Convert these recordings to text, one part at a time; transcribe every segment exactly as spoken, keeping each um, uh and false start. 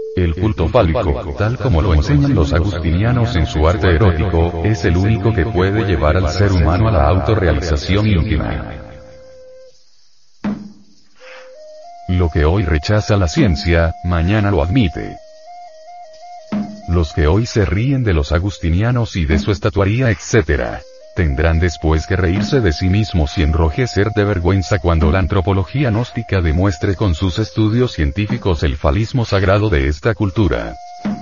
El culto fálico, tal como lo enseñan los agustinianos en su arte erótico, es el único que puede llevar al ser humano a la autorrealización íntima. Lo que hoy rechaza la ciencia, mañana lo admite. Los que hoy se ríen de los agustinianos y de su estatuaría etcétera, tendrán después que reírse de sí mismos y enrojecer de vergüenza cuando la antropología gnóstica demuestre con sus estudios científicos el falismo sagrado de esta cultura.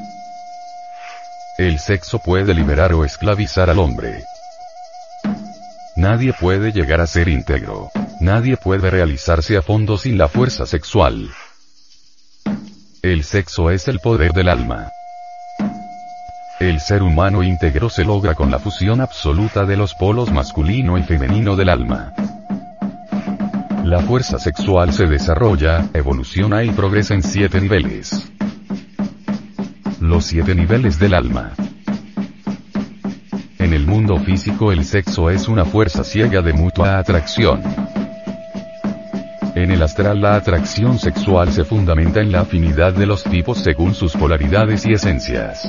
El sexo puede liberar o esclavizar al hombre. Nadie puede llegar a ser íntegro. Nadie puede realizarse a fondo sin la fuerza sexual. El sexo es el poder del alma. El ser humano íntegro se logra con la fusión absoluta de los polos masculino y femenino del alma. La fuerza sexual se desarrolla, evoluciona y progresa en siete niveles. Los siete niveles del alma. En el mundo físico el sexo es una fuerza ciega de mutua atracción. En el astral la atracción sexual se fundamenta en la afinidad de los tipos según sus polaridades y esencias.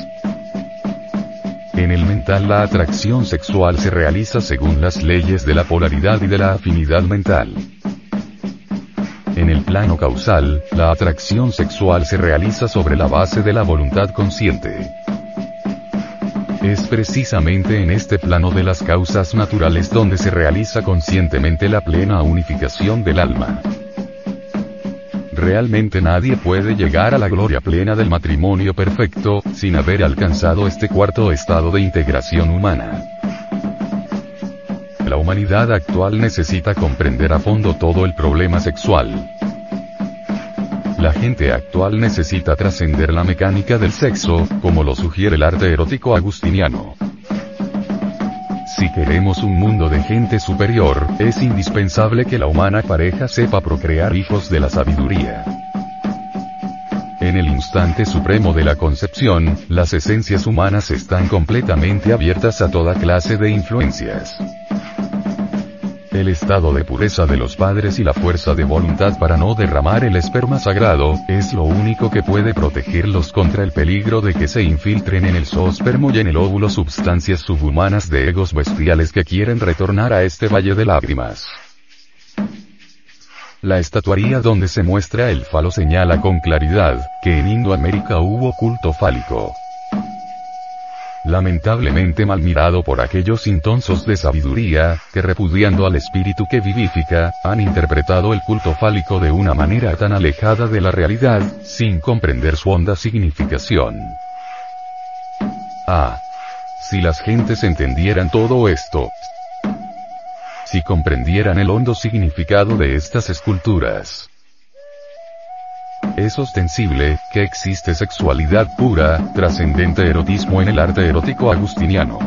En el mental la atracción sexual se realiza según las leyes de la polaridad y de la afinidad mental. En el plano causal, la atracción sexual se realiza sobre la base de la voluntad consciente. Es precisamente en este plano de las causas naturales donde se realiza conscientemente la plena unificación del alma. Realmente nadie puede llegar a la gloria plena del matrimonio perfecto, sin haber alcanzado este cuarto estado de integración humana. La humanidad actual necesita comprender a fondo todo el problema sexual. La gente actual necesita trascender la mecánica del sexo, como lo sugiere el arte erótico agustiniano. Si queremos un mundo de gente superior, es indispensable que la humana pareja sepa procrear hijos de la sabiduría. En el instante supremo de la concepción, las esencias humanas están completamente abiertas a toda clase de influencias. El estado de pureza de los padres y la fuerza de voluntad para no derramar el esperma sagrado, es lo único que puede protegerlos contra el peligro de que se infiltren en el zoospermo y en el óvulo sustancias subhumanas de egos bestiales que quieren retornar a este valle de lágrimas. La estatuaría donde se muestra el falo señala con claridad, que en Indoamérica hubo culto fálico. Lamentablemente mal mirado por aquellos intonsos de sabiduría, que repudiando al espíritu que vivifica, han interpretado el culto fálico de una manera tan alejada de la realidad, sin comprender su honda significación. Ah. Si las gentes entendieran todo esto. Si comprendieran el hondo significado de estas esculturas. Es ostensible, que existe sexualidad pura, trascendente erotismo en el arte erótico agustiniano.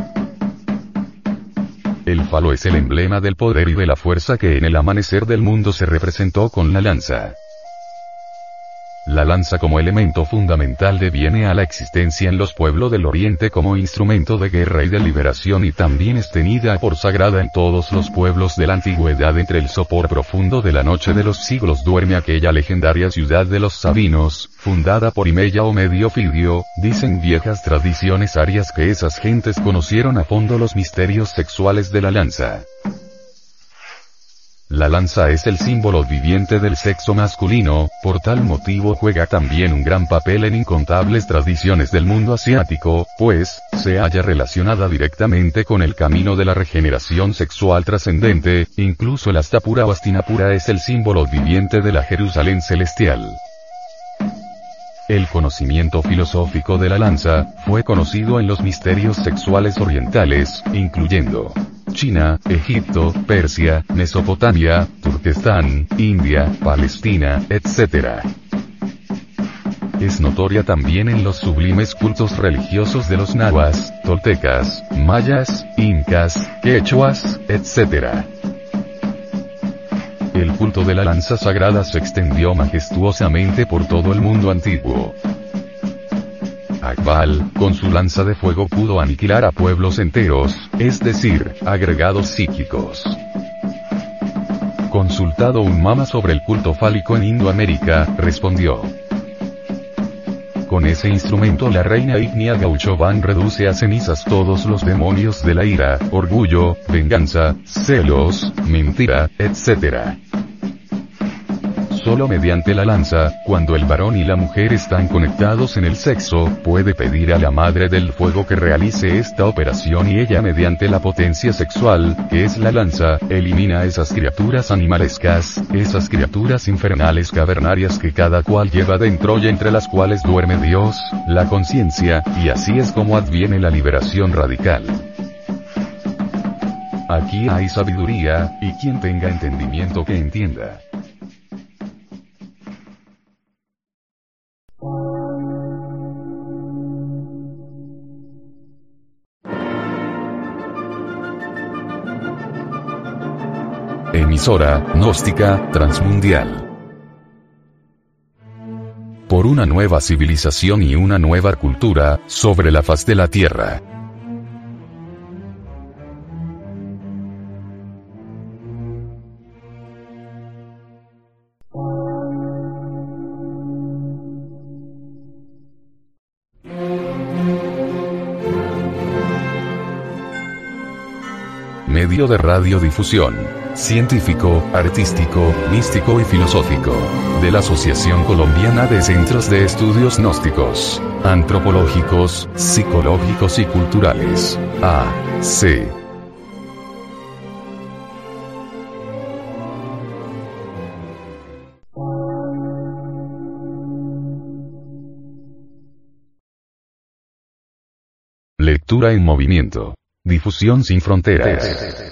El falo es el emblema del poder y de la fuerza que en el amanecer del mundo se representó con la lanza. La lanza como elemento fundamental deviene a la existencia en los pueblos del Oriente como instrumento de guerra y de liberación y también es tenida por sagrada en todos los pueblos de la antigüedad. Entre el sopor profundo de la noche de los siglos duerme aquella legendaria ciudad de los Sabinos, fundada por Imeya o Medio Fidio. Dicen viejas tradiciones arias que esas gentes conocieron a fondo los misterios sexuales de la lanza. La lanza es el símbolo viviente del sexo masculino, por tal motivo juega también un gran papel en incontables tradiciones del mundo asiático, pues, se halla relacionada directamente con el camino de la regeneración sexual trascendente. Incluso el Astapura o Astinapura es el símbolo viviente de la Jerusalén celestial. El conocimiento filosófico de la lanza, fue conocido en los misterios sexuales orientales, incluyendo China, Egipto, Persia, Mesopotamia, Turquestán, India, Palestina, etcétera. Es notoria también en los sublimes cultos religiosos de los nahuas, toltecas, mayas, incas, quechuas, etcétera. El culto de la lanza sagrada se extendió majestuosamente por todo el mundo antiguo. Akbal, con su lanza de fuego pudo aniquilar a pueblos enteros, es decir, agregados psíquicos. Consultado un mama sobre el culto fálico en Indoamérica, respondió: Con ese instrumento la reina ígnea Gauchoban reduce a cenizas todos los demonios de la ira, orgullo, venganza, celos, mentira, etcétera. Solo mediante la lanza, cuando el varón y la mujer están conectados en el sexo, puede pedir a la Madre del Fuego que realice esta operación y ella mediante la potencia sexual, que es la lanza, elimina esas criaturas animalescas, esas criaturas infernales cavernarias que cada cual lleva dentro y entre las cuales duerme Dios, la conciencia, y así es como adviene la liberación radical. Aquí hay sabiduría, y quien tenga entendimiento que entienda. Emisora gnóstica transmundial. Por una nueva civilización y una nueva cultura sobre la faz de la Tierra. Medio de radiodifusión, científico, artístico, místico y filosófico, de la Asociación Colombiana de Centros de Estudios Gnósticos, Antropológicos, Psicológicos y Culturales, A C Lectura en movimiento. Difusión sin fronteras.